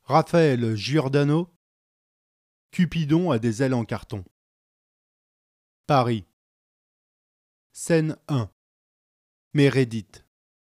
Raphaël Giordano, Cupidon a des ailes en carton. Paris. Scène 1. Mérédith.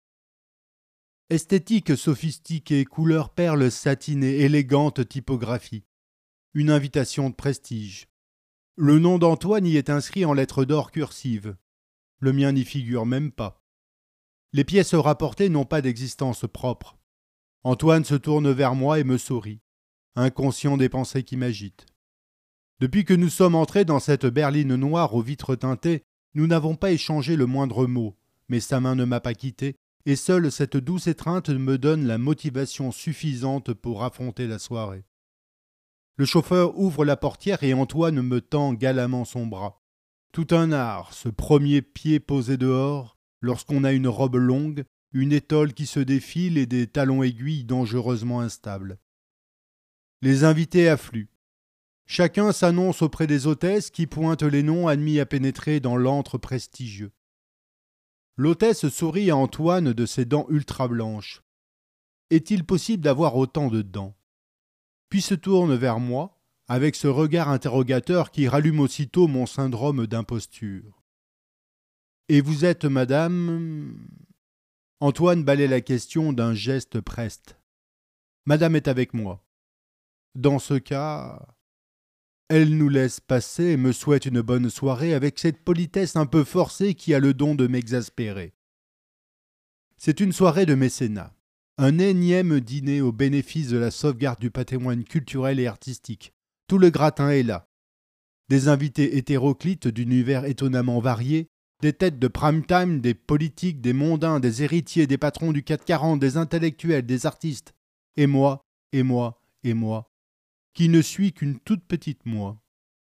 Esthétique sophistiquée, couleur perle satinée, élégante typographie. Une invitation de prestige. Le nom d'Antoine y est inscrit en lettres d'or cursives. Le mien n'y figure même pas. Les pièces rapportées n'ont pas d'existence propre. Antoine se tourne vers moi et me sourit, inconscient des pensées qui m'agitent. Depuis que nous sommes entrés dans cette berline noire aux vitres teintées, nous n'avons pas échangé le moindre mot, mais sa main ne m'a pas quitté, et seule cette douce étreinte me donne la motivation suffisante pour affronter la soirée. Le chauffeur ouvre la portière et Antoine me tend galamment son bras. Tout un art, ce premier pied posé dehors, lorsqu'on a une robe longue, une étole qui se défile et des talons aiguilles dangereusement instables. Les invités affluent. Chacun s'annonce auprès des hôtesses qui pointent les noms admis à pénétrer dans l'antre prestigieux. L'hôtesse sourit à Antoine de ses dents ultra blanches. Est-il possible d'avoir autant de dents ? Puis se tourne vers moi, avec ce regard interrogateur qui rallume aussitôt mon syndrome d'imposture. Et vous êtes madame... Antoine balaie la question d'un geste preste. Madame est avec moi. Dans ce cas... Elle nous laisse passer et me souhaite une bonne soirée avec cette politesse un peu forcée qui a le don de m'exaspérer. C'est une soirée de mécénat, un énième dîner au bénéfice de la sauvegarde du patrimoine culturel et artistique. Tout le gratin est là. Des invités hétéroclites d'univers étonnamment variés, des têtes de prime-time, des politiques, des mondains, des héritiers, des patrons du CAC 40, des intellectuels, des artistes. Et moi, et moi, et moi, qui ne suis qu'une toute petite moi.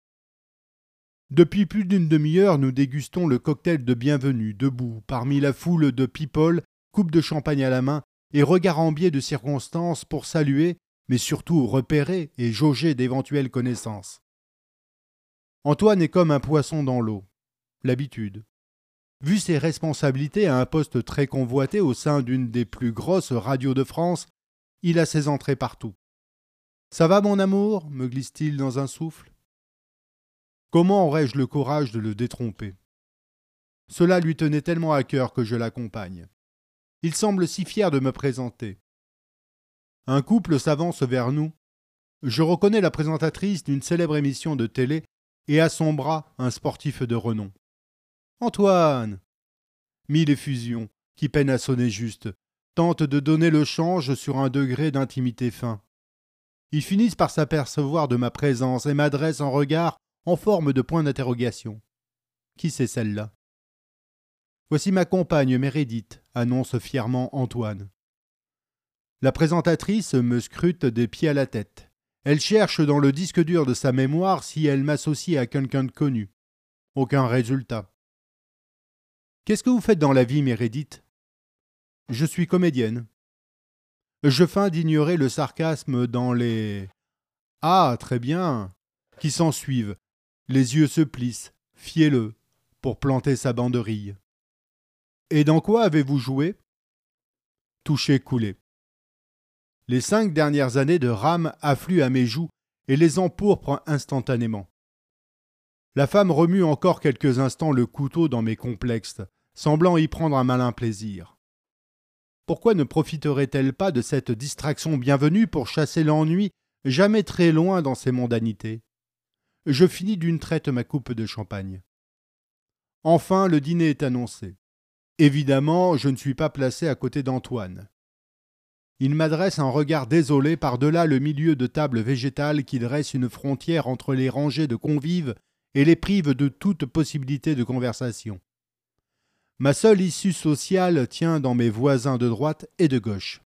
Depuis plus d'une demi-heure, nous dégustons le cocktail de bienvenue, debout, parmi la foule de people, coupe de champagne à la main, et regard en biais de circonstance pour saluer, mais surtout repérer et jauger d'éventuelles connaissances. Antoine est comme un poisson dans l'eau. L'habitude. Vu ses responsabilités à un poste très convoité au sein d'une des plus grosses radios de France, il a ses entrées partout. « Ça va, mon amour » me glisse-t-il dans un souffle. Comment aurais-je le courage de le détromper ? Cela lui tenait tellement à cœur que je l'accompagne. Il semble si fier de me présenter. Un couple s'avance vers nous. Je reconnais la présentatrice d'une célèbre émission de télé et à son bras un sportif de renom. « Antoine !» Mille effusions, qui peinent à sonner juste, tentent de donner le change sur un degré d'intimité fin. Ils finissent par s'apercevoir de ma présence et m'adressent un regard en forme de point d'interrogation. Qui c'est celle-là ? Voici ma compagne Mérédith, annonce fièrement Antoine. La présentatrice me scrute des pieds à la tête. Elle cherche dans le disque dur de sa mémoire si elle m'associe à quelqu'un de connu. Aucun résultat. Qu'est-ce que vous faites dans la vie, Mérédith ? Je suis comédienne. Je feins d'ignorer le sarcasme dans les « Ah, très bien !» qui s'ensuivent. Les yeux se plissent, fielleux, pour planter sa banderille. Et dans quoi avez-vous joué ? Touché coulé. Les 5 dernières années de rame affluent à mes joues et les empourprent instantanément. La femme remue encore quelques instants le couteau dans mes complexes, semblant y prendre un malin plaisir. Pourquoi ne profiterait-elle pas de cette distraction bienvenue pour chasser l'ennui jamais très loin dans ses mondanités ? Je finis d'une traite ma coupe de champagne. Enfin, le dîner est annoncé. Évidemment, je ne suis pas placé à côté d'Antoine. Il m'adresse un regard désolé par-delà le milieu de table végétale qui dresse une frontière entre les rangées de convives et les prive de toute possibilité de conversation. Ma seule issue sociale tient dans mes voisins de droite et de gauche.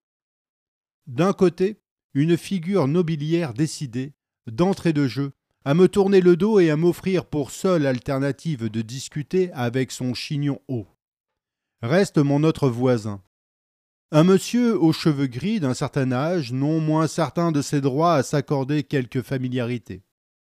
D'un côté, une figure nobiliaire décidée, d'entrée de jeu, à me tourner le dos et à m'offrir pour seule alternative de discuter avec son chignon haut. Reste mon autre voisin. Un monsieur aux cheveux gris d'un certain âge, non moins certain de ses droits à s'accorder quelque familiarité.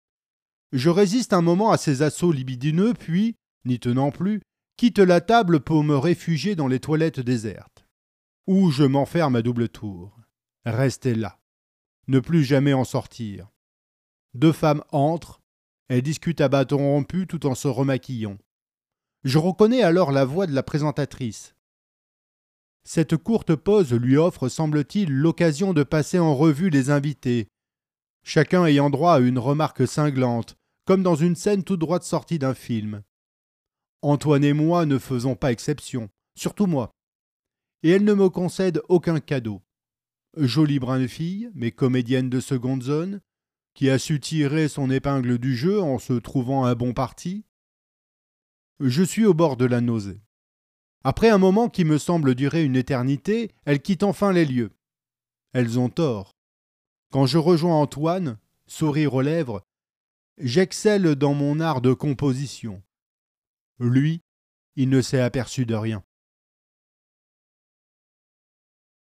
Je résiste un moment à ses assauts libidineux, puis, n'y tenant plus, quitte la table pour me réfugier dans les toilettes désertes, où je m'enferme à double tour. Rester là. ne plus jamais en sortir. Deux femmes entrent, elles discutent à bâton rompu tout en se remaquillant. Je reconnais alors la voix de la présentatrice. Cette courte pause lui offre, semble-t-il, l'occasion de passer en revue les invités, chacun ayant droit à une remarque cinglante, comme dans une scène toute droite sortie d'un film. Antoine et moi ne faisons pas exception, surtout moi. Et elle ne me concède aucun cadeau. Jolie brune fille, mais comédienne de seconde zone, qui a su tirer son épingle du jeu en se trouvant un bon parti. Je suis au bord de la nausée. Après un moment qui me semble durer une éternité, elles quittent enfin les lieux. Elles ont tort. Quand je rejoins Antoine, sourire aux lèvres, j'excelle dans mon art de composition. Lui, il ne s'est aperçu de rien.